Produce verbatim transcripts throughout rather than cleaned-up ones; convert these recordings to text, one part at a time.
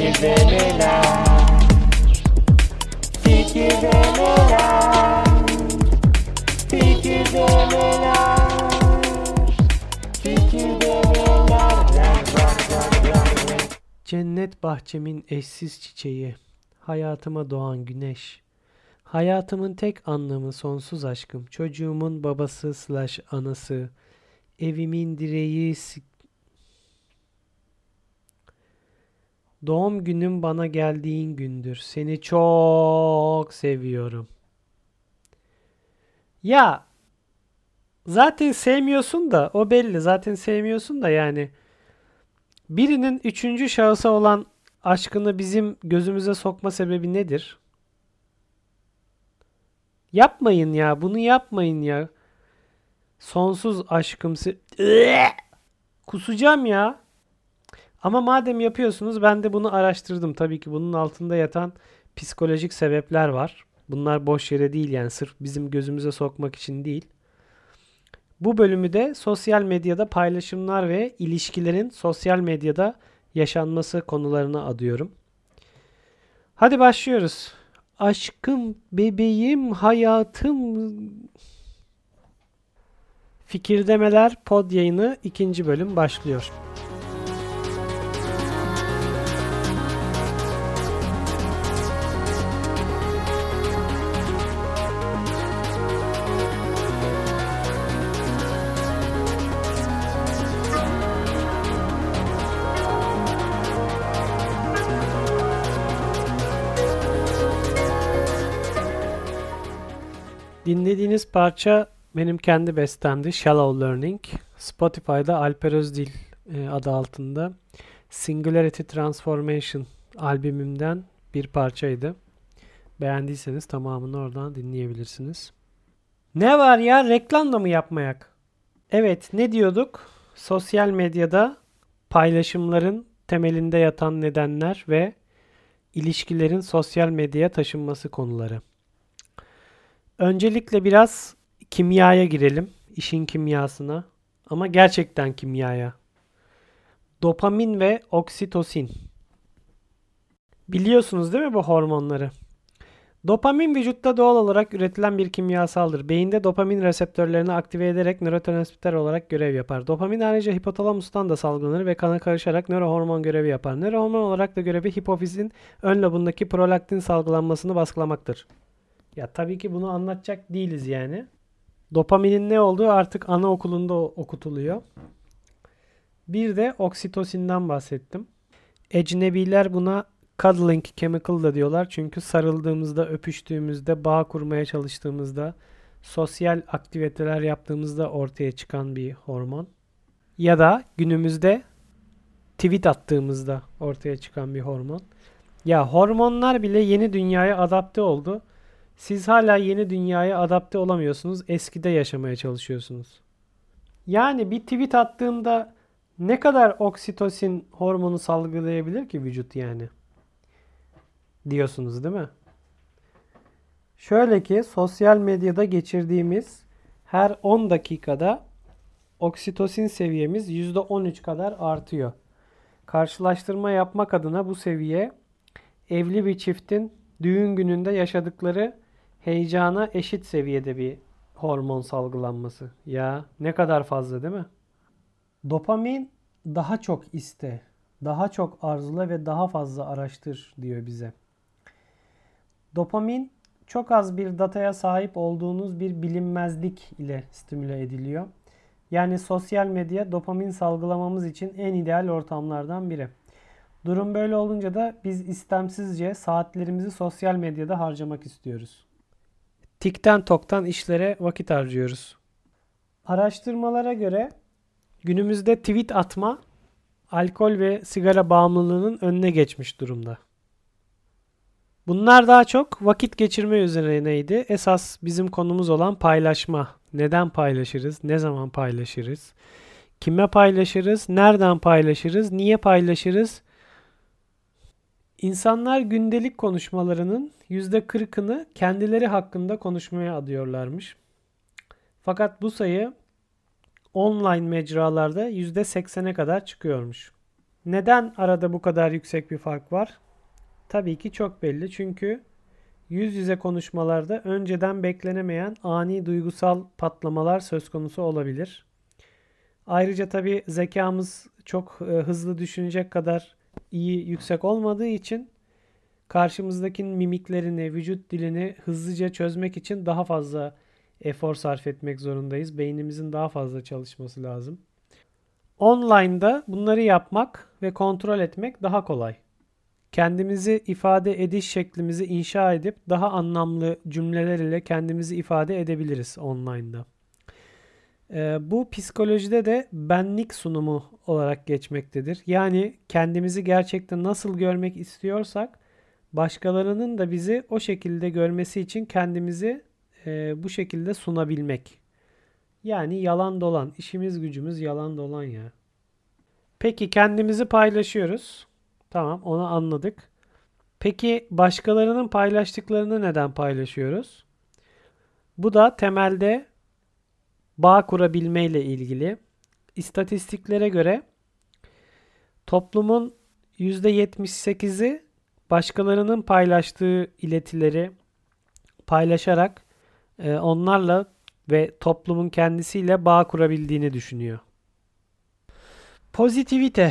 Fikirdemeler. Fikirdemeler. Fikirdemeler. Fikirdemeler. Cennet bahçemin eşsiz çiçeği, hayatıma doğan güneş. Hayatımın tek anlamı sonsuz aşkım, çocuğumun babası slash anası, evimin direği, si- doğum günüm bana geldiğin gündür. Seni çok seviyorum. Ya zaten sevmiyorsun da o belli. Zaten sevmiyorsun da yani birinin üçüncü şahısa olan aşkını bizim gözümüze sokma sebebi nedir? Yapmayın ya. Bunu yapmayın ya. Sonsuz aşkımsı. Kusacağım ya. Ama madem yapıyorsunuz ben de bunu araştırdım. Tabii ki bunun altında yatan psikolojik sebepler var. Bunlar boş yere değil yani sırf bizim gözümüze sokmak için değil. Bu bölümü de sosyal medyada paylaşımlar ve ilişkilerin sosyal medyada yaşanması konularına adıyorum. Hadi başlıyoruz. Aşkım, bebeğim, hayatım. Fikirdemeler pod yayını ikinci bölüm başlıyor. Dinlediğiniz parça benim kendi bestemdi. Shallow Learning. Spotify'da Alper Özdil e, adı altında Singularity Transformation albümümden bir parçaydı. Beğendiyseniz tamamını oradan dinleyebilirsiniz. Ne var ya? Reklam da mı yapmayak? Evet, ne diyorduk? Sosyal medyada paylaşımların temelinde yatan nedenler ve ilişkilerin sosyal medyaya taşınması konuları. Öncelikle biraz kimyaya girelim. İşin kimyasına. Ama gerçekten kimyaya. Dopamin ve oksitosin. Biliyorsunuz değil mi bu hormonları? Dopamin vücutta doğal olarak üretilen bir kimyasaldır. Beyinde dopamin reseptörlerini aktive ederek nörotransmitter olarak görev yapar. Dopamin ayrıca hipotalamustan da salgılanır ve kana karışarak nörohormon görevi yapar. Nörohormon olarak da görevi hipofizin ön lobundaki prolaktin salgılanmasını baskılamaktır. Ya tabii ki bunu anlatacak değiliz yani. Dopaminin ne olduğu artık anaokulunda okutuluyor. Bir de oksitosinden bahsettim. Ecnebiler buna cuddling chemical da diyorlar. Çünkü sarıldığımızda, öpüştüğümüzde, bağ kurmaya çalıştığımızda, sosyal aktiviteler yaptığımızda ortaya çıkan bir hormon. Ya da günümüzde tweet attığımızda ortaya çıkan bir hormon. Ya hormonlar bile yeni dünyaya adapte oldu. Siz hala yeni dünyaya adapte olamıyorsunuz. Eskide yaşamaya çalışıyorsunuz. Yani bir tweet attığında ne kadar oksitosin hormonu salgılayabilir ki vücut yani? Diyorsunuz değil mi? Şöyle ki sosyal medyada geçirdiğimiz her on dakikada oksitosin seviyemiz yüzde on üç kadar artıyor. Karşılaştırma yapmak adına bu seviye evli bir çiftin düğün gününde yaşadıkları heyecana eşit seviyede bir hormon salgılanması. Ya ne kadar fazla değil mi? Dopamin daha çok iste, daha çok arzula ve daha fazla araştır diyor bize. Dopamin çok az bir dataya sahip olduğunuz bir bilinmezlik ile stimüle ediliyor. Yani sosyal medya dopamin salgılamamız için en ideal ortamlardan biri. Durum böyle olunca da biz istemsizce saatlerimizi sosyal medyada harcamak istiyoruz. Tikten toktan işlere vakit harcıyoruz. Araştırmalara göre günümüzde tweet atma alkol ve sigara bağımlılığının önüne geçmiş durumda. Bunlar daha çok vakit geçirme üzerineydi. Esas bizim konumuz olan paylaşma. Neden paylaşırız? Ne zaman paylaşırız? Kime paylaşırız? Nereden paylaşırız? Niye paylaşırız? İnsanlar gündelik konuşmalarının yüzde kırkını kendileri hakkında konuşmaya adıyorlarmış. Fakat bu sayı online mecralarda yüzde seksene kadar çıkıyormuş. Neden arada bu kadar yüksek bir fark var? Tabii ki çok belli. Çünkü yüz yüze konuşmalarda önceden beklenemeyen ani duygusal patlamalar söz konusu olabilir. Ayrıca tabii zekamız çok e, hızlı düşünecek kadar iyi, yüksek olmadığı için karşımızdakinin mimiklerini, vücut dilini hızlıca çözmek için daha fazla efor sarf etmek zorundayız. Beynimizin daha fazla çalışması lazım. Online'da bunları yapmak ve kontrol etmek daha kolay. Kendimizi ifade ediş şeklimizi inşa edip daha anlamlı cümleler ile kendimizi ifade edebiliriz online'da. Ee, bu psikolojide de benlik sunumu olarak geçmektedir. Yani kendimizi gerçekten nasıl görmek istiyorsak başkalarının da bizi o şekilde görmesi için kendimizi e, bu şekilde sunabilmek. Yani yalan dolan. İşimiz gücümüz yalan dolan ya. Peki kendimizi paylaşıyoruz. Tamam, onu anladık. Peki başkalarının paylaştıklarını neden paylaşıyoruz? Bu da temelde bağ kurabilme ile ilgili. İstatistiklere göre toplumun yüzde yetmiş sekizi başkalarının paylaştığı iletileri paylaşarak e, onlarla ve toplumun kendisiyle bağ kurabildiğini düşünüyor. Pozitivite.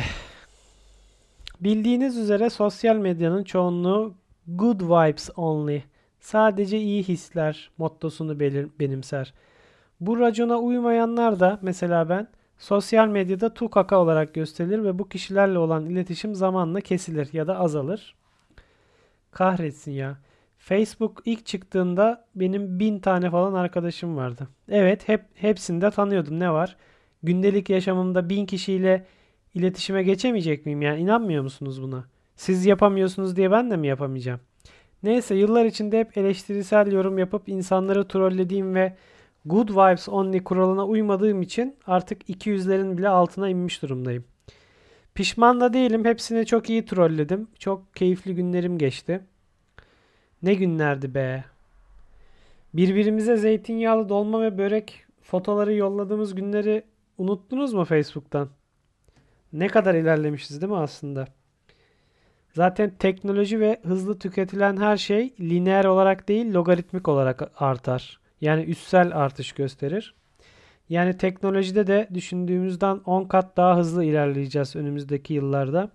Bildiğiniz üzere sosyal medyanın çoğunluğu good vibes only, sadece iyi hisler mottosunu belir, benimser. Bu racona uymayanlar da mesela ben sosyal medyada tukaka olarak gösterilir ve bu kişilerle olan iletişim zamanla kesilir ya da azalır. Kahretsin ya. Facebook ilk çıktığında benim bin tane falan arkadaşım vardı. Evet, hep hepsini de tanıyordum. Ne var? Gündelik yaşamımda bin kişiyle iletişime geçemeyecek miyim? Yani inanmıyor musunuz buna? Siz yapamıyorsunuz diye ben de mi yapamayacağım? Neyse, yıllar içinde hep eleştirisel yorum yapıp insanları trollediğim ve good vibes only kuralına uymadığım için artık iki yüzlerin bile altına inmiş durumdayım. Pişman da değilim. Hepsini çok iyi trolledim. Çok keyifli günlerim geçti. Ne günlerdi be. Birbirimize zeytinyağlı dolma ve börek fotoları yolladığımız günleri unuttunuz mu Facebook'tan? Ne kadar ilerlemişiz değil mi aslında? Zaten teknoloji ve hızlı tüketilen her şey lineer olarak değil, logaritmik olarak artar. Yani üssel artış gösterir. Yani teknolojide de düşündüğümüzden on kat daha hızlı ilerleyeceğiz önümüzdeki yıllarda.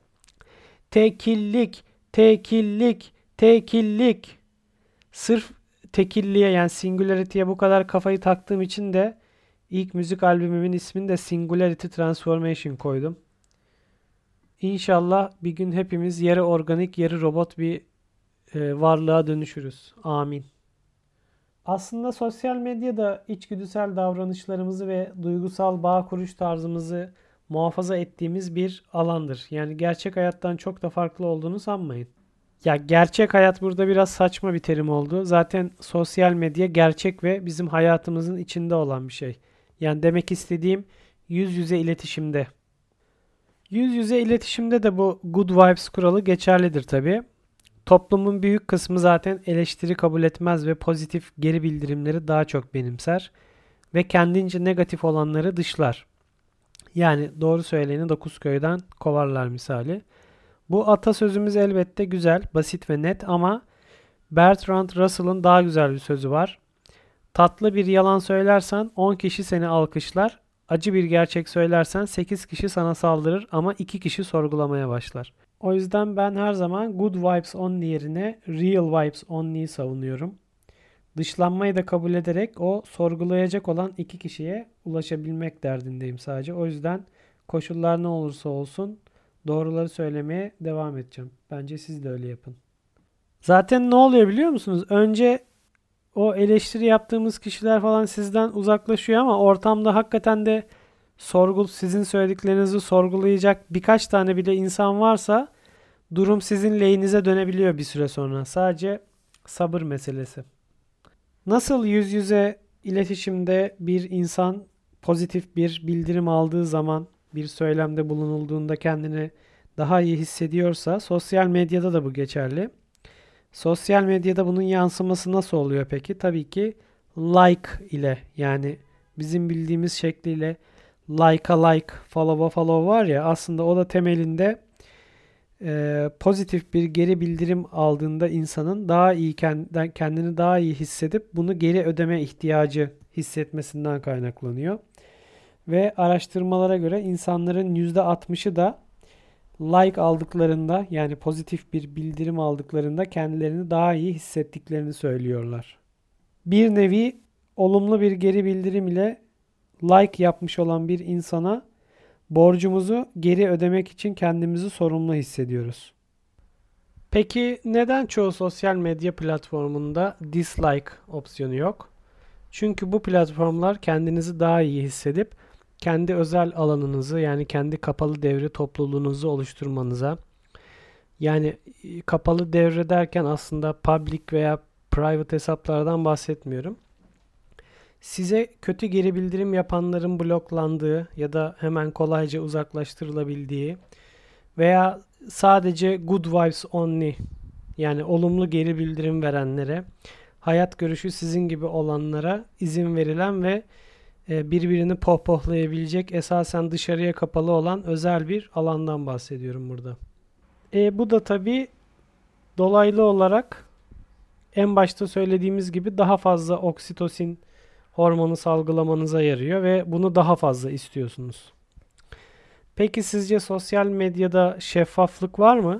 Tekillik, tekillik, tekillik. Sırf tekilliğe, yani singularity'ye bu kadar kafayı taktığım için de ilk müzik albümümün ismini de Singularity Transformation koydum. İnşallah bir gün hepimiz yarı organik, yarı robot bir e, varlığa dönüşürüz. Amin. Aslında sosyal medyada içgüdüsel davranışlarımızı ve duygusal bağ kuruş tarzımızı muhafaza ettiğimiz bir alandır. Yani gerçek hayattan çok da farklı olduğunu sanmayın. Ya gerçek hayat burada biraz saçma bir terim oldu. Zaten sosyal medya gerçek ve bizim hayatımızın içinde olan bir şey. Yani demek istediğim yüz yüze iletişimde. Yüz yüze iletişimde de bu good vibes kuralı geçerlidir tabii. Toplumun büyük kısmı zaten eleştiri kabul etmez ve pozitif geri bildirimleri daha çok benimser ve kendince negatif olanları dışlar. Yani doğru söyleyeni dokuz köyden kovarlar misali. Bu atasözümüz elbette güzel, basit ve net ama Bertrand Russell'ın daha güzel bir sözü var. Tatlı bir yalan söylersen on kişi seni alkışlar. Acı bir gerçek söylersen sekiz kişi sana saldırır ama iki kişi sorgulamaya başlar. O yüzden ben her zaman good vibes only yerine real vibes only'yi savunuyorum. Dışlanmayı da kabul ederek o sorgulayacak olan iki kişiye ulaşabilmek derdindeyim sadece. O yüzden koşullar ne olursa olsun doğruları söylemeye devam edeceğim. Bence siz de öyle yapın. Zaten ne oluyor biliyor musunuz? Önce o eleştiri yaptığımız kişiler falan sizden uzaklaşıyor ama ortamda hakikaten de sorgul sizin söylediklerinizi sorgulayacak birkaç tane bile insan varsa durum sizin lehinize dönebiliyor bir süre sonra. Sadece sabır meselesi. Nasıl yüz yüze iletişimde bir insan pozitif bir bildirim aldığı zaman bir söylemde bulunulduğunda kendini daha iyi hissediyorsa sosyal medyada da bu geçerli. Sosyal medyada bunun yansıması nasıl oluyor peki? Tabii ki like ile, yani bizim bildiğimiz şekliyle like'a like, follow'a follow var ya, aslında o da temelinde e, pozitif bir geri bildirim aldığında insanın daha iyi kend- kendini daha iyi hissedip bunu geri ödeme ihtiyacı hissetmesinden kaynaklanıyor. Ve araştırmalara göre insanların yüzde altmışı da like aldıklarında, yani pozitif bir bildirim aldıklarında kendilerini daha iyi hissettiklerini söylüyorlar. Bir nevi olumlu bir geri bildirim ile like yapmış olan bir insana borcumuzu geri ödemek için kendimizi sorumlu hissediyoruz. Peki neden çoğu sosyal medya platformunda dislike opsiyonu yok? Çünkü bu platformlar kendinizi daha iyi hissedip kendi özel alanınızı, yani kendi kapalı devre topluluğunuzu oluşturmanıza, yani e, kapalı devre derken aslında public veya private hesaplardan bahsetmiyorum. Size kötü geri bildirim yapanların bloklandığı ya da hemen kolayca uzaklaştırılabildiği veya sadece good vibes only, yani olumlu geri bildirim verenlere, hayat görüşü sizin gibi olanlara izin verilen ve e, birbirini pohpohlayabilecek, esasen dışarıya kapalı olan özel bir alandan bahsediyorum burada. E, bu da tabii dolaylı olarak en başta söylediğimiz gibi daha fazla oksitosin hormonu salgılamanıza yarıyor ve bunu daha fazla istiyorsunuz. Peki sizce sosyal medyada şeffaflık var mı?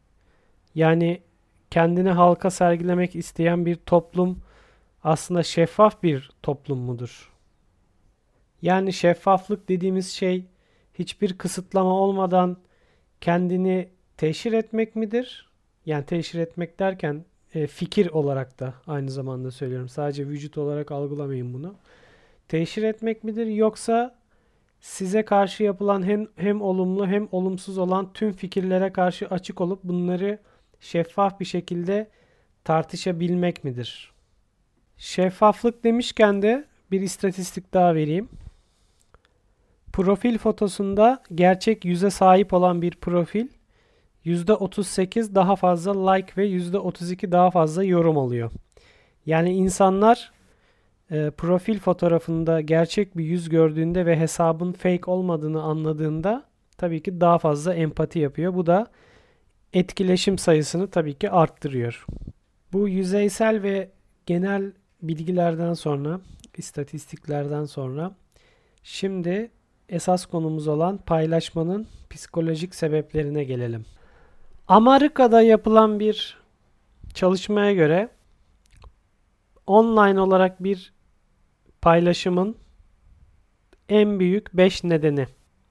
Yani kendini halka sergilemek isteyen bir toplum aslında şeffaf bir toplum mudur? Yani şeffaflık dediğimiz şey hiçbir kısıtlama olmadan kendini teşhir etmek midir? Yani teşhir etmek derken e, fikir olarak da aynı zamanda söylüyorum. Sadece vücut olarak algılamayın bunu. Teşhir etmek midir, yoksa size karşı yapılan hem, hem olumlu hem olumsuz olan tüm fikirlere karşı açık olup bunları şeffaf bir şekilde tartışabilmek midir? Şeffaflık demişken de bir istatistik daha vereyim. Profil fotosunda gerçek yüze sahip olan bir profil yüzde otuz sekiz daha fazla like ve yüzde otuz iki daha fazla yorum alıyor. Yani insanlar e, profil fotoğrafında gerçek bir yüz gördüğünde ve hesabın fake olmadığını anladığında tabii ki daha fazla empati yapıyor. Bu da etkileşim sayısını tabii ki arttırıyor. Bu yüzeysel ve genel bilgilerden sonra, istatistiklerden sonra şimdi esas konumuz olan paylaşmanın psikolojik sebeplerine gelelim. Amerika'da yapılan bir çalışmaya göre online olarak bir paylaşımın en büyük beş nedeni.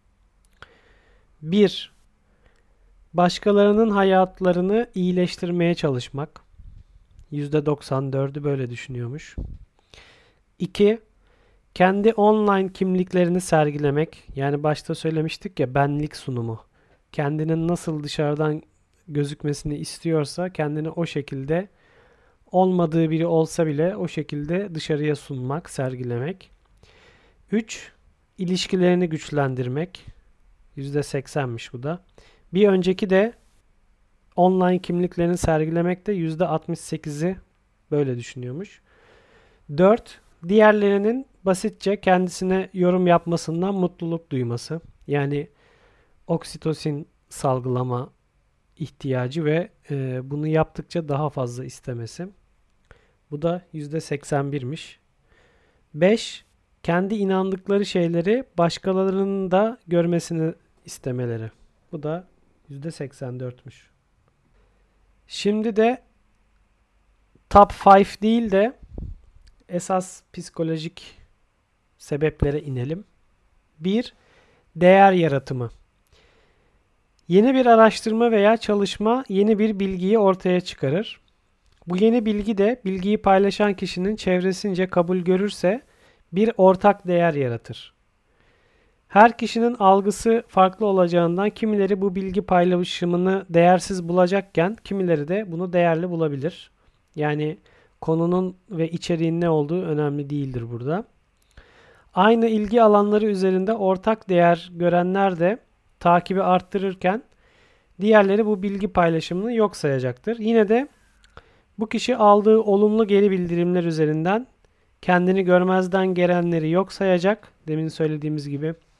bir. Başkalarının hayatlarını iyileştirmeye çalışmak. yüzde doksan dördü böyle düşünüyormuş. iki. Kendi online kimliklerini sergilemek. Yani başta söylemiştik ya, benlik sunumu. Kendinin nasıl dışarıdan gözükmesini istiyorsa kendini o şekilde, olmadığı biri olsa bile o şekilde dışarıya sunmak, sergilemek. üç. İlişkilerini güçlendirmek. yüzde seksenmiş bu da. Bir önceki de online kimliklerini sergilemek de yüzde altmış sekizi böyle düşünüyormuş. dört. Diğerlerinin basitçe kendisine yorum yapmasından mutluluk duyması. Yani oksitosin salgılama ihtiyacı ve e, bunu yaptıkça daha fazla istemesi. Bu da yüzde seksen birmiş. beş. Kendi inandıkları şeyleri başkalarının da görmesini istemeleri. Bu da yüzde seksen dörtmüş. Şimdi de top beş değil de esas psikolojik sebeplere inelim. bir. Değer yaratımı. Yeni bir araştırma veya çalışma yeni bir bilgiyi ortaya çıkarır. Bu yeni bilgi de bilgiyi paylaşan kişinin çevresince kabul görürse bir ortak değer yaratır. Her kişinin algısı farklı olacağından kimileri bu bilgi paylaşımını değersiz bulacakken kimileri de bunu değerli bulabilir. Yani konunun ve içeriğin ne olduğu önemli değildir burada. Aynı ilgi alanları üzerinde ortak değer görenler de takibi arttırırken diğerleri bu bilgi paylaşımını yok sayacaktır. Yine de bu kişi aldığı olumlu geri bildirimler üzerinden kendini görmezden gelenleri yok sayacak. Demin söylediğimiz gibi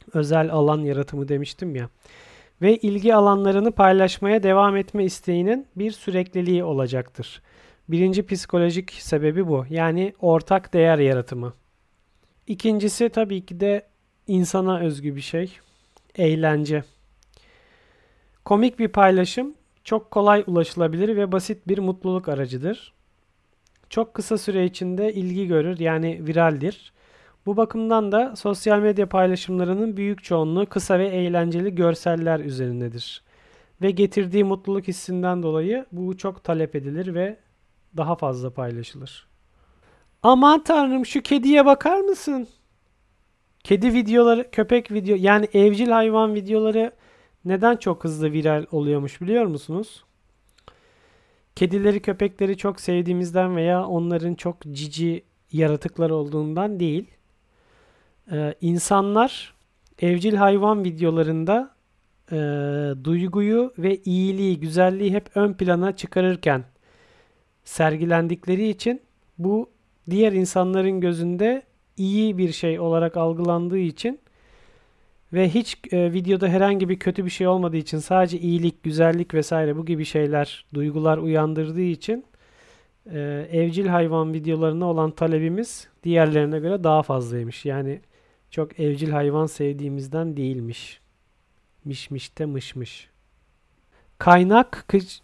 Özel alan yaratımı demiştim ya. Ve ilgi alanlarını paylaşmaya devam etme isteğinin bir sürekliliği olacaktır. Birinci psikolojik sebebi bu. Yani ortak değer yaratımı. İkincisi tabii ki de insana özgü bir şey. Eğlence. Komik bir paylaşım çok kolay ulaşılabilir ve basit bir mutluluk aracıdır. Çok kısa süre içinde ilgi görür, yani viraldir. Bu bakımdan da sosyal medya paylaşımlarının büyük çoğunluğu kısa ve eğlenceli görseller üzerindedir. Ve getirdiği mutluluk hissinden dolayı bu çok talep edilir ve daha fazla paylaşılır. Aman tanrım, şu kediye bakar mısın? Kedi videoları, köpek video, yani evcil hayvan videoları neden çok hızlı viral oluyormuş biliyor musunuz? Kedileri, köpekleri çok sevdiğimizden veya onların çok cici yaratıklar olduğundan değil. Ee, insanlar evcil hayvan videolarında e, duyguyu ve iyiliği, güzelliği hep ön plana çıkarırken sergilendikleri için bu diğer insanların gözünde iyi bir şey olarak algılandığı için ve hiç e, videoda herhangi bir kötü bir şey olmadığı için sadece iyilik, güzellik vesaire bu gibi şeyler, duygular uyandırdığı için e, evcil hayvan videolarına olan talebimiz diğerlerine göre daha fazlaymış. Yani çok evcil hayvan sevdiğimizden değilmiş. Mişmiş de mışmış. Kaynak kıç...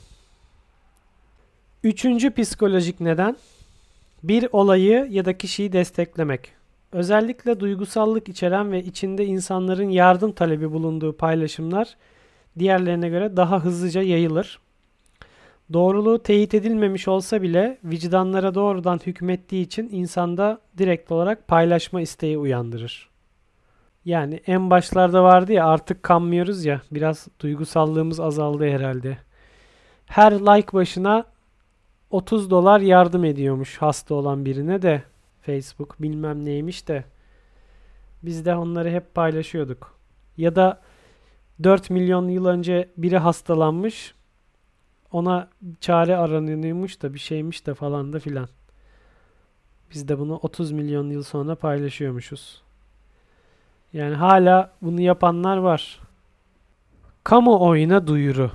Üçüncü psikolojik neden bir olayı ya da kişiyi desteklemek. Özellikle duygusallık içeren ve içinde insanların yardım talebi bulunduğu paylaşımlar diğerlerine göre daha hızlıca yayılır. Doğruluğu teyit edilmemiş olsa bile vicdanlara doğrudan hükmettiği için insanda direkt olarak paylaşma isteği uyandırır. Yani en başlarda vardı ya, artık kanmıyoruz ya, biraz duygusallığımız azaldı herhalde. Her like başına otuz dolar yardım ediyormuş hasta olan birine de Facebook bilmem neymiş de biz de onları hep paylaşıyorduk. Ya da dört milyon yıl önce biri hastalanmış, ona çare aranıyormuş da bir şeymiş de falan da filan. Biz de bunu otuz milyon yıl sonra paylaşıyormuşuz. Yani hala bunu yapanlar var. Kamuoyuna duyuru.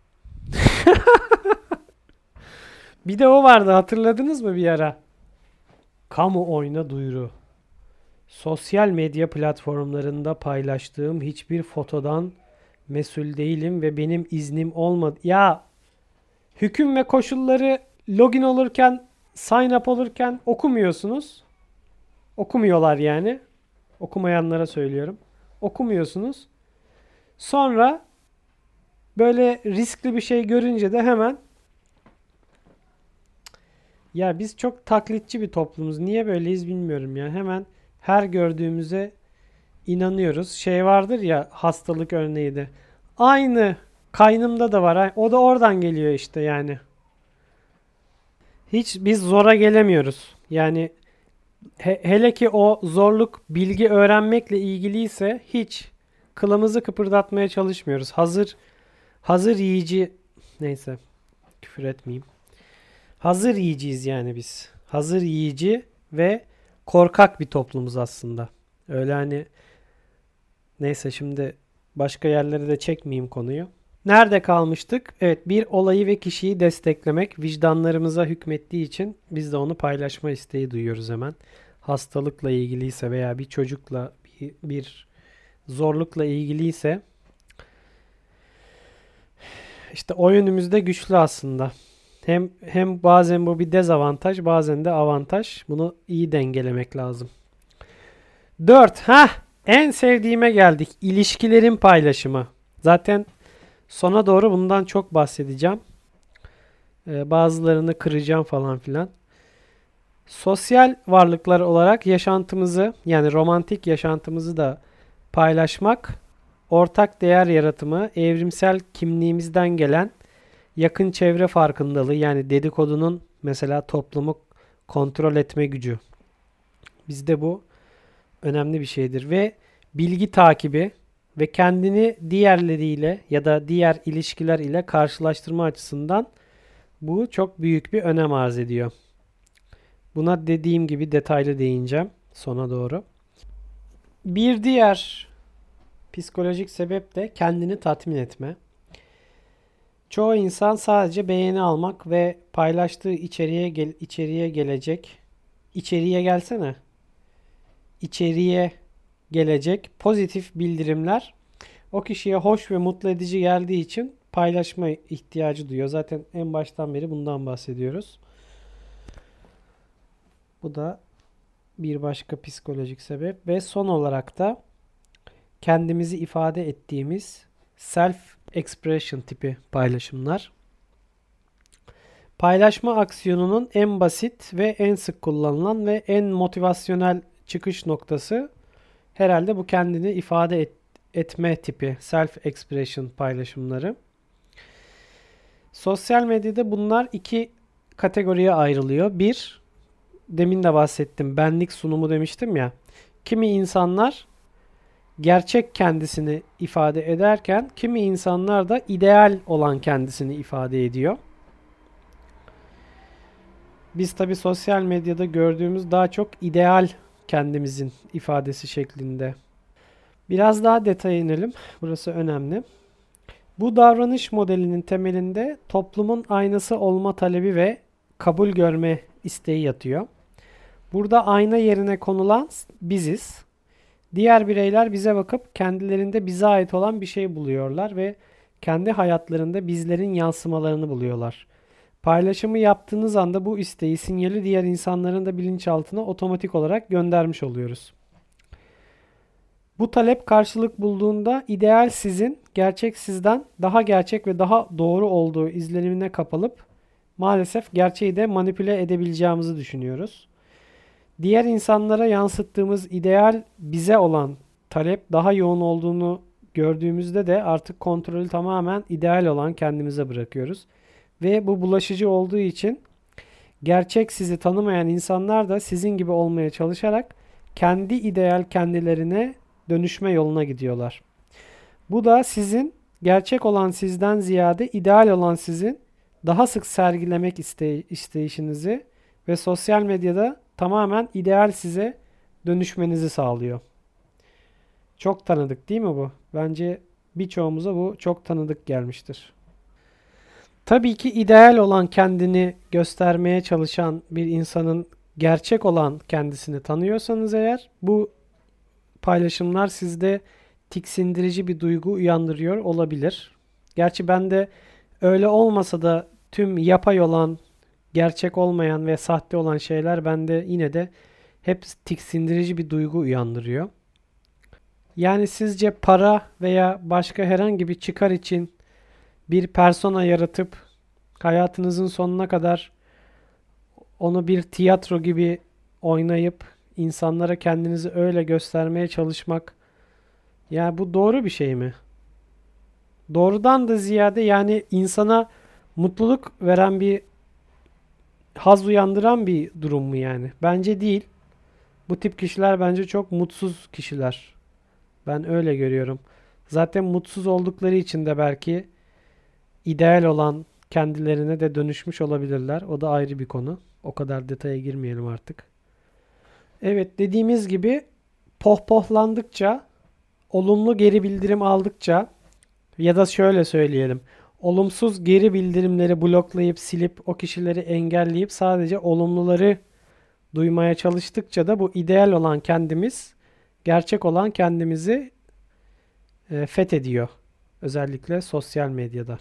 Bir de o vardı, hatırladınız mı bir ara? Kamuoyuna duyuru. Sosyal medya platformlarında paylaştığım hiçbir fotodan mesul değilim ve benim iznim olmadı. Ya hüküm ve koşulları login olurken, sign up olurken okumuyorsunuz. Okumuyorlar yani. Okumayanlara söylüyorum. Okumuyorsunuz. Sonra böyle riskli bir şey görünce de hemen, ya biz çok taklitçi bir toplumuz. Niye böyleyiz bilmiyorum ya. Hemen her gördüğümüze inanıyoruz. Şey vardır ya, hastalık örneği de. Aynı kaynımda da var. O da oradan geliyor işte yani. Hiç biz zora gelemiyoruz. Yani he- hele ki o zorluk bilgi öğrenmekle ilgiliyse hiç kılımızı kıpırdatmaya çalışmıyoruz. Hazır hazır yiyici, neyse küfür etmeyeyim. Hazır yiyeceğiz yani biz. Hazır yiyici ve korkak bir toplumuz aslında. Öyle hani, neyse şimdi başka yerlere de çekmeyeyim konuyu. Nerede kalmıştık? Evet, bir olayı ve kişiyi desteklemek vicdanlarımıza hükmettiği için biz de onu paylaşma isteği duyuyoruz hemen. Hastalıkla ilgiliyse veya bir çocukla bir, bir zorlukla ilgiliyse işte o yönümüzde güçlü aslında. Hem hem bazen bu bir dezavantaj, bazen de avantaj. Bunu iyi dengelemek lazım. Dört. Ha, en sevdiğime geldik. İlişkilerin paylaşımı. Zaten sona doğru bundan çok bahsedeceğim. Ee, bazılarını kıracağım falan filan. Sosyal varlıklar olarak yaşantımızı, yani romantik yaşantımızı da paylaşmak, ortak değer yaratımı, evrimsel kimliğimizden gelen yakın çevre farkındalığı, yani dedikodunun mesela toplumu kontrol etme gücü. Bizde bu önemli bir şeydir ve bilgi takibi ve kendini diğerleriyle ya da diğer ilişkiler ile karşılaştırma açısından bu çok büyük bir önem arz ediyor. Buna dediğim gibi detaylı değineceğim sona doğru. Bir diğer Psikolojik sebep de kendini tatmin etme. Çoğu insan sadece beğeni almak ve paylaştığı içeriğe gel içeriğe gelecek. İçeriğe gelsene. İçeriğe gelecek pozitif bildirimler o kişiye hoş ve mutlu edici geldiği için paylaşma ihtiyacı duyuyor. Zaten en baştan beri bundan bahsediyoruz. Bu da bir başka psikolojik sebep ve son olarak da kendimizi ifade ettiğimiz self expression tipi paylaşımlar. Paylaşma aksiyonunun en basit ve en sık kullanılan ve en motivasyonel çıkış noktası herhalde bu kendini ifade et, etme tipi self expression paylaşımları. Sosyal medyada bunlar iki kategoriye ayrılıyor. Bir, demin de bahsettim, benlik sunumu demiştim ya. Kimi insanlar gerçek kendisini ifade ederken kimi insanlar da ideal olan kendisini ifade ediyor. Biz tabii sosyal medyada gördüğümüz daha çok ideal kendimizin ifadesi şeklinde. Biraz daha detaya inelim. Burası önemli. Bu davranış modelinin temelinde toplumun aynası olma talebi ve kabul görme isteği yatıyor. Burada ayna yerine konulan biziz. Diğer bireyler bize bakıp kendilerinde bize ait olan bir şey buluyorlar ve kendi hayatlarında bizlerin yansımalarını buluyorlar. Paylaşımı yaptığınız anda bu isteği, sinyali diğer insanların da bilinçaltına otomatik olarak göndermiş oluyoruz. Bu talep karşılık bulduğunda ideal sizin gerçek sizden daha gerçek ve daha doğru olduğu izlenimine kapılıp maalesef gerçeği de manipüle edebileceğimizi düşünüyoruz. Diğer insanlara yansıttığımız ideal bize olan talep daha yoğun olduğunu gördüğümüzde de artık kontrolü tamamen ideal olan kendimize bırakıyoruz. Ve bu bulaşıcı olduğu için gerçek sizi tanımayan insanlar da sizin gibi olmaya çalışarak kendi ideal kendilerine dönüşme yoluna gidiyorlar. Bu da sizin gerçek olan sizden ziyade ideal olan sizin daha sık sergilemek iste isteyişinizi ve sosyal medyada tamamen ideal size dönüşmenizi sağlıyor. Çok tanıdık değil mi bu? Bence birçoğumuza bu çok tanıdık gelmiştir. Tabii ki ideal olan kendini göstermeye çalışan bir insanın gerçek olan kendisini tanıyorsanız eğer bu paylaşımlar sizde tiksindirici bir duygu uyandırıyor olabilir. Gerçi ben de öyle olmasa da tüm yapay olan, gerçek olmayan ve sahte olan şeyler bende yine de hep tiksindirici bir duygu uyandırıyor. Yani sizce para veya başka herhangi bir çıkar için bir persona yaratıp hayatınızın sonuna kadar onu bir tiyatro gibi oynayıp insanlara kendinizi öyle göstermeye çalışmak, ya bu doğru bir şey mi? Doğrudan da ziyade yani insana mutluluk veren bir, haz uyandıran bir durum mu yani? Bence değil. Bu tip kişiler bence çok mutsuz kişiler. Ben öyle görüyorum. Zaten mutsuz oldukları için de belki ideal olan kendilerine de dönüşmüş olabilirler. O da ayrı bir konu. O kadar detaya girmeyelim artık. Evet, dediğimiz gibi pohpohlandıkça, olumlu geri bildirim aldıkça ya da şöyle söyleyelim. Olumsuz geri bildirimleri bloklayıp silip o kişileri engelleyip sadece olumluları duymaya çalıştıkça da bu ideal olan kendimiz, gerçek olan kendimizi e, fethediyor. Özellikle sosyal medyada.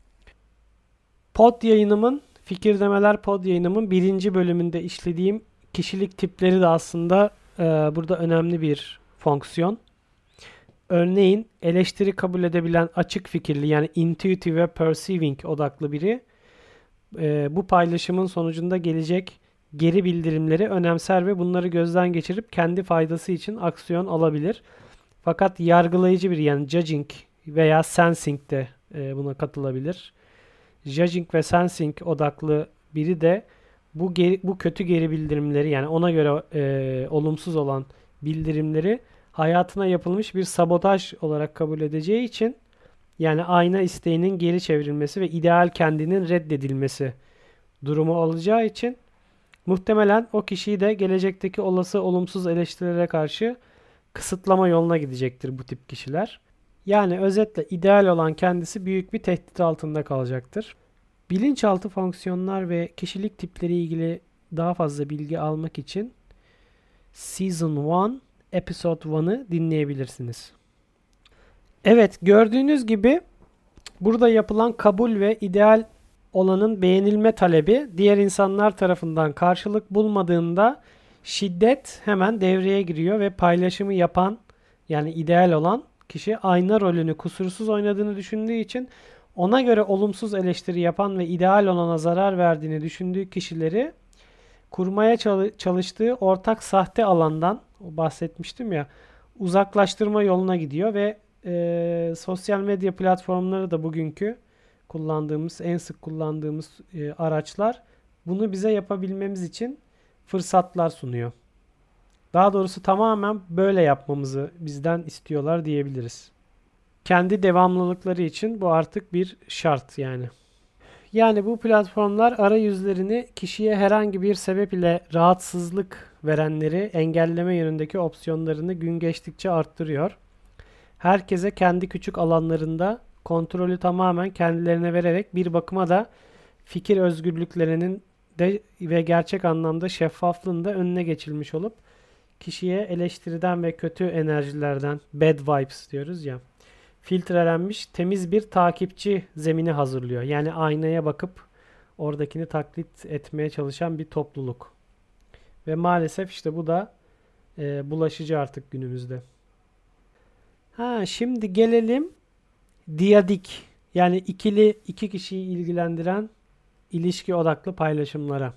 Pod yayınımın, Fikirdemeler Pod yayınımın birinci bölümünde işlediğim kişilik tipleri de aslında e, burada önemli bir fonksiyon. Örneğin eleştiri kabul edebilen açık fikirli yani intuitive ve perceiving odaklı biri e, bu paylaşımın sonucunda gelecek geri bildirimleri önemser ve bunları gözden geçirip kendi faydası için aksiyon alabilir. Fakat yargılayıcı bir yani judging veya sensing de e, buna katılabilir. Judging ve sensing odaklı biri de bu geri, bu kötü geri bildirimleri yani ona göre e, olumsuz olan bildirimleri hayatına yapılmış bir sabotaj olarak kabul edeceği için yani ayna isteğinin geri çevrilmesi ve ideal kendinin reddedilmesi durumu olacağı için muhtemelen o kişiyi de gelecekteki olası olumsuz eleştirilere karşı kısıtlama yoluna gidecektir bu tip kişiler. Yani özetle ideal olan kendisi büyük bir tehdit altında kalacaktır. Bilinçaltı fonksiyonlar ve kişilik tipleri ilgili daha fazla bilgi almak için Season bir, Episode bir'ı dinleyebilirsiniz. Evet, gördüğünüz gibi burada yapılan kabul ve ideal olanın beğenilme talebi diğer insanlar tarafından karşılık bulmadığında şiddet hemen devreye giriyor ve paylaşımı yapan, yani ideal olan kişi ayna rolünü kusursuz oynadığını düşündüğü için ona göre olumsuz eleştiri yapan ve ideal olana zarar verdiğini düşündüğü kişileri kurmaya çalıştığı ortak sahte alandan, bahsetmiştim ya, uzaklaştırma yoluna gidiyor ve e, sosyal medya platformları da bugünkü kullandığımız, en sık kullandığımız e, araçlar bunu bize yapabilmemiz için fırsatlar sunuyor. Daha doğrusu tamamen böyle yapmamızı bizden istiyorlar diyebiliriz. Kendi devamlılıkları için bu artık bir şart yani. Yani bu platformlar arayüzlerini kişiye herhangi bir sebep ile rahatsızlık verenleri engelleme yönündeki opsiyonlarını gün geçtikçe arttırıyor. Herkese kendi küçük alanlarında kontrolü tamamen kendilerine vererek bir bakıma da fikir özgürlüklerinin de ve gerçek anlamda şeffaflığın da önüne geçilmiş olup kişiye eleştiriden ve kötü enerjilerden, bad vibes diyoruz ya, filtrelenmiş temiz bir takipçi zemini hazırlıyor. Yani aynaya bakıp oradakini taklit etmeye çalışan bir topluluk. Ve maalesef işte bu da e, bulaşıcı artık günümüzde. Ha, şimdi gelelim diadik, yani ikili iki kişiyi ilgilendiren ilişki odaklı paylaşımlara.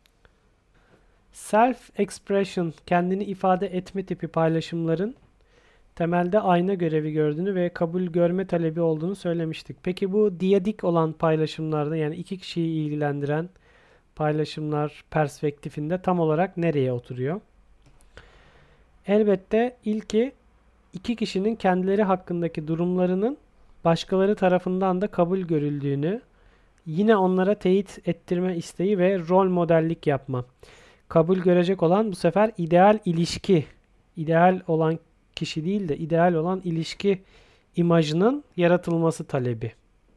Self-expression, kendini ifade etme tipi paylaşımların temelde ayna görevi gördüğünü ve kabul görme talebi olduğunu söylemiştik. Peki bu diadik olan paylaşımlarda, yani iki kişiyi ilgilendiren paylaşımlar perspektifinde tam olarak nereye oturuyor? Elbette ilki iki kişinin kendileri hakkındaki durumlarının başkaları tarafından da kabul görüldüğünü, yine onlara teyit ettirme isteği ve rol modellik yapma. Kabul görecek olan bu sefer ideal ilişki, ideal olan kişi değil de ideal olan ilişki imajının yaratılması talebi.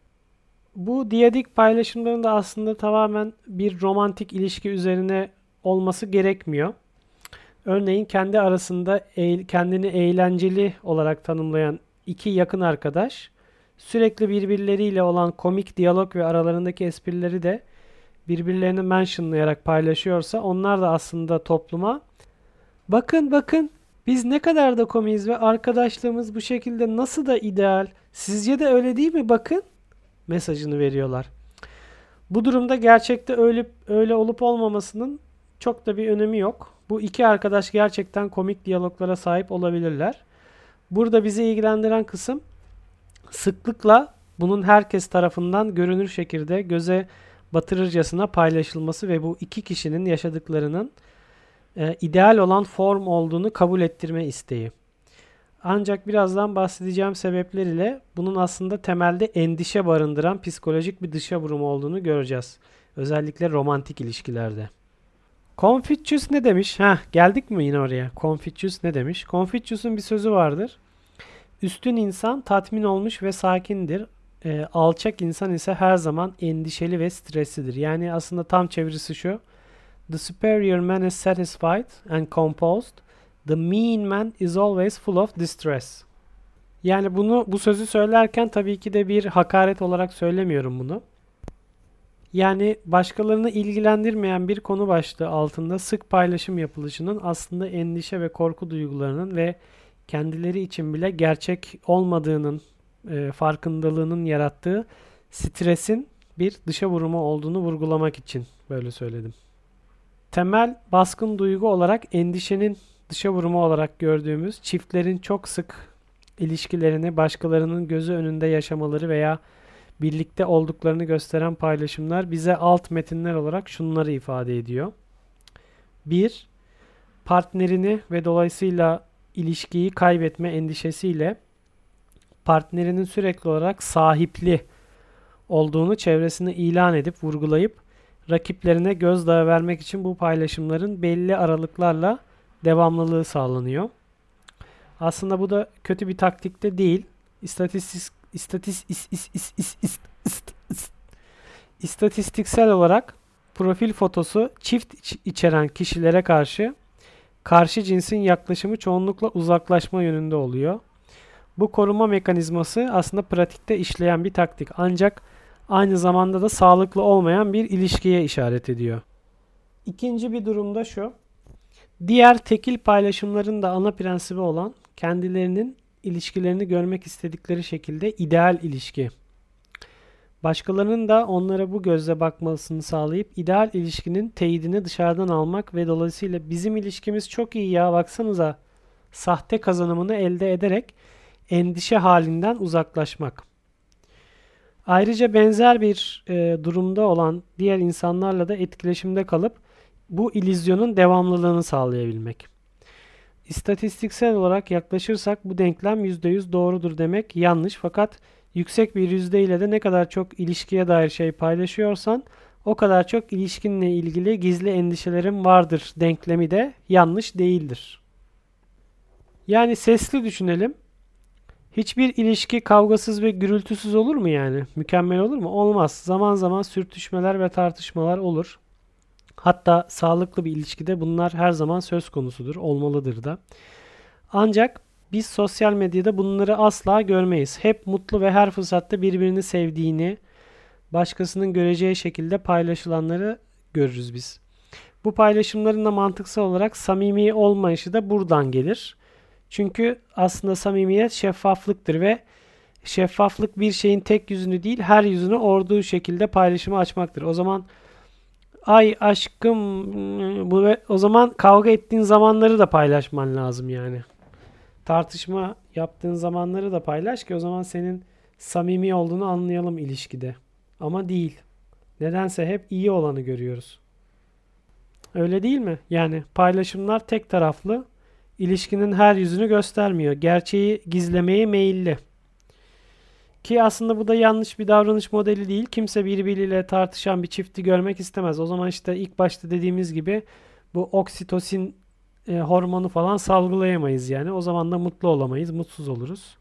Bu diadik paylaşımların da aslında tamamen bir romantik ilişki üzerine olması gerekmiyor. Örneğin kendi arasında kendini eğlenceli olarak tanımlayan iki yakın arkadaş sürekli birbirleriyle olan komik diyalog ve aralarındaki esprileri de birbirlerini mentionlayarak paylaşıyorsa onlar da aslında topluma bakın bakın biz ne kadar da komiyiz ve arkadaşlığımız bu şekilde nasıl da ideal, sizce de öyle değil mi bakın mesajını veriyorlar. Bu durumda gerçekte öyle, öyle olup olmamasının çok da bir önemi yok. Bu iki arkadaş gerçekten komik diyaloglara sahip olabilirler. Burada bizi ilgilendiren kısım sıklıkla bunun herkes tarafından görünür şekilde göze batırırcasına paylaşılması ve bu iki kişinin yaşadıklarının e, ideal olan form olduğunu kabul ettirme isteği. Ancak birazdan bahsedeceğim sebepler ile bunun aslında temelde endişe barındıran psikolojik bir dışa vurum olduğunu göreceğiz. Özellikle romantik ilişkilerde. Confucius ne demiş? Heh, geldik mi yine oraya? Confucius ne demiş? Confucius'un bir sözü vardır. Üstün insan tatmin olmuş ve sakindir. E, alçak insan ise her zaman endişeli ve streslidir. Yani aslında tam çevirisi şu. The superior man is satisfied and composed. The mean man is always full of distress. Yani bunu bu sözü söylerken tabii ki de bir hakaret olarak söylemiyorum bunu. Yani başkalarını ilgilendirmeyen bir konu başlığı altında sık paylaşım yapılışının aslında endişe ve korku duygularının ve kendileri için bile gerçek olmadığının e, farkındalığının yarattığı stresin bir dışa vurumu olduğunu vurgulamak için böyle söyledim. Temel baskın duygu olarak endişenin dışa vurumu olarak gördüğümüz çiftlerin çok sık ilişkilerini başkalarının gözü önünde yaşamaları veya birlikte olduklarını gösteren paylaşımlar bize alt metinler olarak şunları ifade ediyor. bir. Partnerini ve dolayısıyla ilişkiyi kaybetme endişesiyle partnerinin sürekli olarak sahipli olduğunu çevresine ilan edip vurgulayıp rakiplerine gözdağı vermek için bu paylaşımların belli aralıklarla devamlılığı sağlanıyor. Aslında bu da kötü bir taktik de değil. İstatistik istatis, is, is, is, is, is, is, is- istatistiksel olarak profil fotosu çift iç- içeren kişilere karşı karşı cinsin yaklaşımı çoğunlukla uzaklaşma yönünde oluyor. Bu koruma mekanizması aslında pratikte işleyen bir taktik ancak aynı zamanda da sağlıklı olmayan bir ilişkiye işaret ediyor. İkinci bir durumda şu. Diğer tekil paylaşımların da ana prensibi olan kendilerinin ilişkilerini görmek istedikleri şekilde ideal ilişki. Başkalarının da onlara bu gözle bakmasını sağlayıp ideal ilişkinin teyidini dışarıdan almak ve dolayısıyla bizim ilişkimiz çok iyi ya baksanıza sahte kazanımını elde ederek endişe halinden uzaklaşmak. Ayrıca benzer bir e, durumda olan diğer insanlarla da etkileşimde kalıp bu illüzyonun devamlılığını sağlayabilmek. İstatistiksel olarak yaklaşırsak bu denklem yüzde yüz doğrudur demek yanlış fakat yüksek bir yüzde ile de ne kadar çok ilişkiye dair şey paylaşıyorsan o kadar çok ilişkinle ilgili gizli endişelerin vardır denklemi de yanlış değildir. Yani sesli düşünelim. Hiçbir ilişki kavgasız ve gürültüsüz olur mu yani? Mükemmel olur mu? Olmaz. Zaman zaman sürtüşmeler ve tartışmalar olur. Hatta sağlıklı bir ilişkide bunlar her zaman söz konusudur, olmalıdır da. Ancak biz sosyal medyada bunları asla görmeyiz. Hep mutlu ve her fırsatta birbirini sevdiğini, başkasının göreceği şekilde paylaşılanları görürüz biz. Bu paylaşımların da mantıksal olarak samimi olmayışı da buradan gelir. Çünkü aslında samimiyet şeffaflıktır ve şeffaflık bir şeyin tek yüzünü değil her yüzünü olduğu şekilde paylaşımı açmaktır. O zaman ay aşkım bu ve o zaman kavga ettiğin zamanları da paylaşman lazım yani. Tartışma yaptığın zamanları da paylaş ki o zaman senin samimi olduğunu anlayalım ilişkide. Ama değil. Nedense hep iyi olanı görüyoruz. Öyle değil mi? Yani paylaşımlar tek taraflı, ilişkinin her yüzünü göstermiyor. Gerçeği gizlemeye meyilli. Ki aslında bu da yanlış bir davranış modeli değil. Kimse birbiriyle tartışan bir çifti görmek istemez. O zaman işte ilk başta dediğimiz gibi bu oksitosin e, hormonu falan salgılayamayız yani. O zaman da mutlu olamayız, mutsuz oluruz.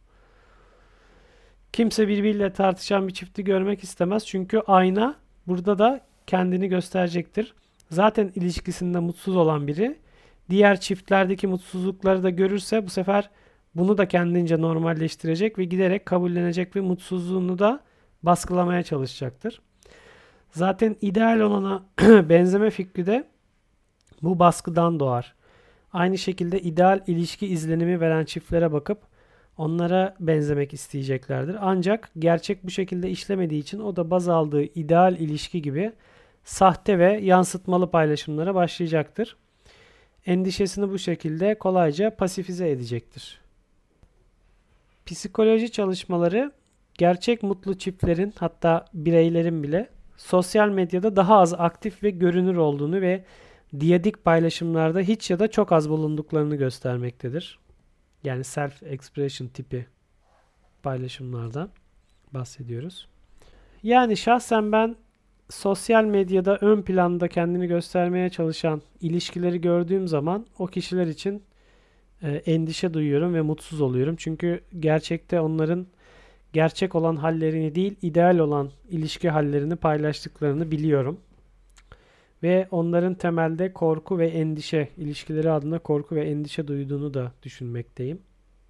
Kimse birbiriyle tartışan bir çifti görmek istemez. Çünkü ayna burada da kendini gösterecektir. Zaten ilişkisinde mutsuz olan biri diğer çiftlerdeki mutsuzlukları da görürse bu sefer bunu da kendince normalleştirecek ve giderek kabullenecek ve mutsuzluğunu da baskılamaya çalışacaktır. Zaten ideal olana benzeme fikri de bu baskıdan doğar. Aynı şekilde ideal ilişki izlenimi veren çiftlere bakıp onlara benzemek isteyeceklerdir. Ancak gerçek bu şekilde işlemediği için o da baz aldığı ideal ilişki gibi sahte ve yansıtmalı paylaşımlara başlayacaktır. Endişesini bu şekilde kolayca pasifize edecektir. Psikoloji çalışmaları gerçek mutlu çiftlerin hatta bireylerin bile sosyal medyada daha az aktif ve görünür olduğunu ve diyadik paylaşımlarda hiç ya da çok az bulunduklarını göstermektedir. Yani self-expression tipi paylaşımlardan bahsediyoruz. Yani şahsen ben sosyal medyada ön planda kendini göstermeye çalışan ilişkileri gördüğüm zaman o kişiler için e, endişe duyuyorum ve mutsuz oluyorum. Çünkü gerçekte onların gerçek olan hallerini değil, ideal olan ilişki hallerini paylaştıklarını biliyorum. Ve onların temelde korku ve endişe, ilişkileri adına korku ve endişe duyduğunu da düşünmekteyim.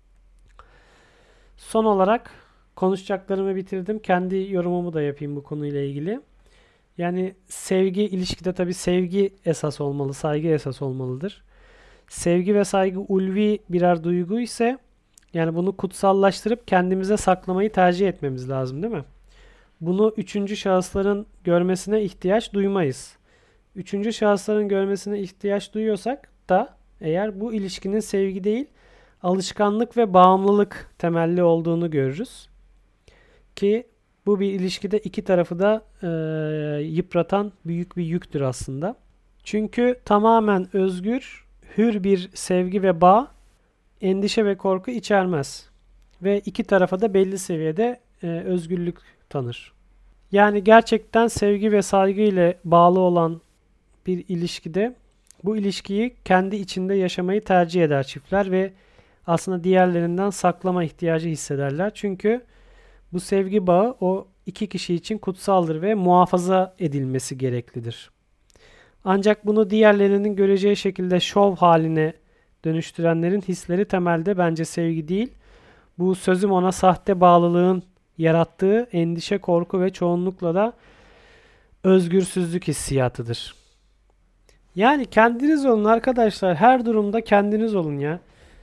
Son olarak konuşacaklarımı bitirdim. Kendi yorumumu da yapayım bu konuyla ilgili. Yani sevgi ilişkide tabii sevgi esas olmalı, saygı esas olmalıdır. Sevgi ve saygı ulvi birer duygu ise yani bunu kutsallaştırıp kendimize saklamayı tercih etmemiz lazım değil mi? Bunu üçüncü şahısların görmesine ihtiyaç duymayız. Üçüncü şahısların görmesine ihtiyaç duyuyorsak da eğer bu ilişkinin sevgi değil, alışkanlık ve bağımlılık temelli olduğunu görürüz. Ki bu bir ilişkide iki tarafı da e, yıpratan büyük bir yüktür aslında. Çünkü tamamen özgür, hür bir sevgi ve bağ endişe ve korku içermez. Ve iki tarafa da belli seviyede e, özgürlük tanır. Yani gerçekten sevgi ve saygı ile bağlı olan bir ilişkide bu ilişkiyi kendi içinde yaşamayı tercih eder çiftler ve aslında diğerlerinden saklama ihtiyacı hissederler. Çünkü bu sevgi bağı o iki kişi için kutsaldır ve muhafaza edilmesi gereklidir. Ancak bunu diğerlerinin göreceği şekilde şov haline dönüştürenlerin hisleri temelde bence sevgi değil. Bu sözüm ona sahte bağlılığın yarattığı endişe, korku ve çoğunlukla da özgürsüzlük hissiyatıdır. Yani kendiniz olun arkadaşlar. Her durumda kendiniz olun ya.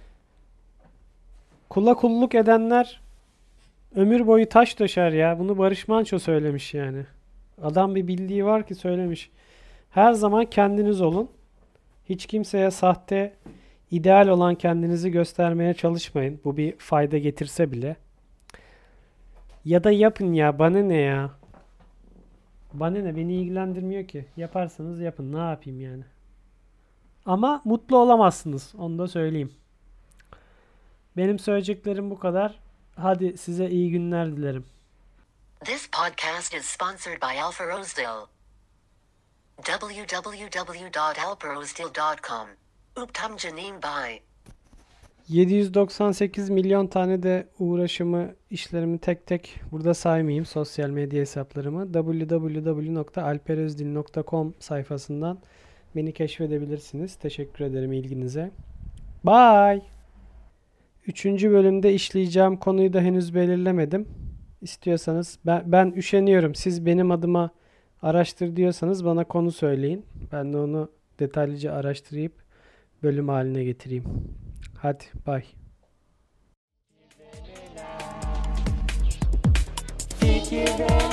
Kula kulluk edenler ömür boyu taş döşer ya. Bunu Barış Manço söylemiş yani. Adam bir bildiği var ki söylemiş. Her zaman kendiniz olun. Hiç kimseye sahte, ideal olan kendinizi göstermeye çalışmayın. Bu bir fayda getirse bile. Ya da yapın ya. Bana ne ya? Bana ne? Beni ilgilendirmiyor ki. Yaparsanız yapın. Ne yapayım yani? Ama mutlu olamazsınız. Onu da söyleyeyim. Benim söyleyeceklerim bu kadar. Hadi size iyi günler dilerim. This podcast is sponsored by Alpha Rosedale. w w w dot alpha rosedale dot com. Uptam Janine Bye. yedi yüz doksan sekiz milyon tane de uğraşımı, işlerimi tek tek burada saymayayım. Sosyal medya hesaplarımı w w w nokta alperozdil nokta com sayfasından beni keşfedebilirsiniz. Teşekkür ederim ilginize. Bye. Üçüncü bölümde işleyeceğim konuyu da henüz belirlemedim. İstiyorsanız ben, ben üşeniyorum. Siz benim adıma araştır diyorsanız bana konu söyleyin. Ben de onu detaylıca araştırıp bölüm haline getireyim. Hadi bye. Fikirler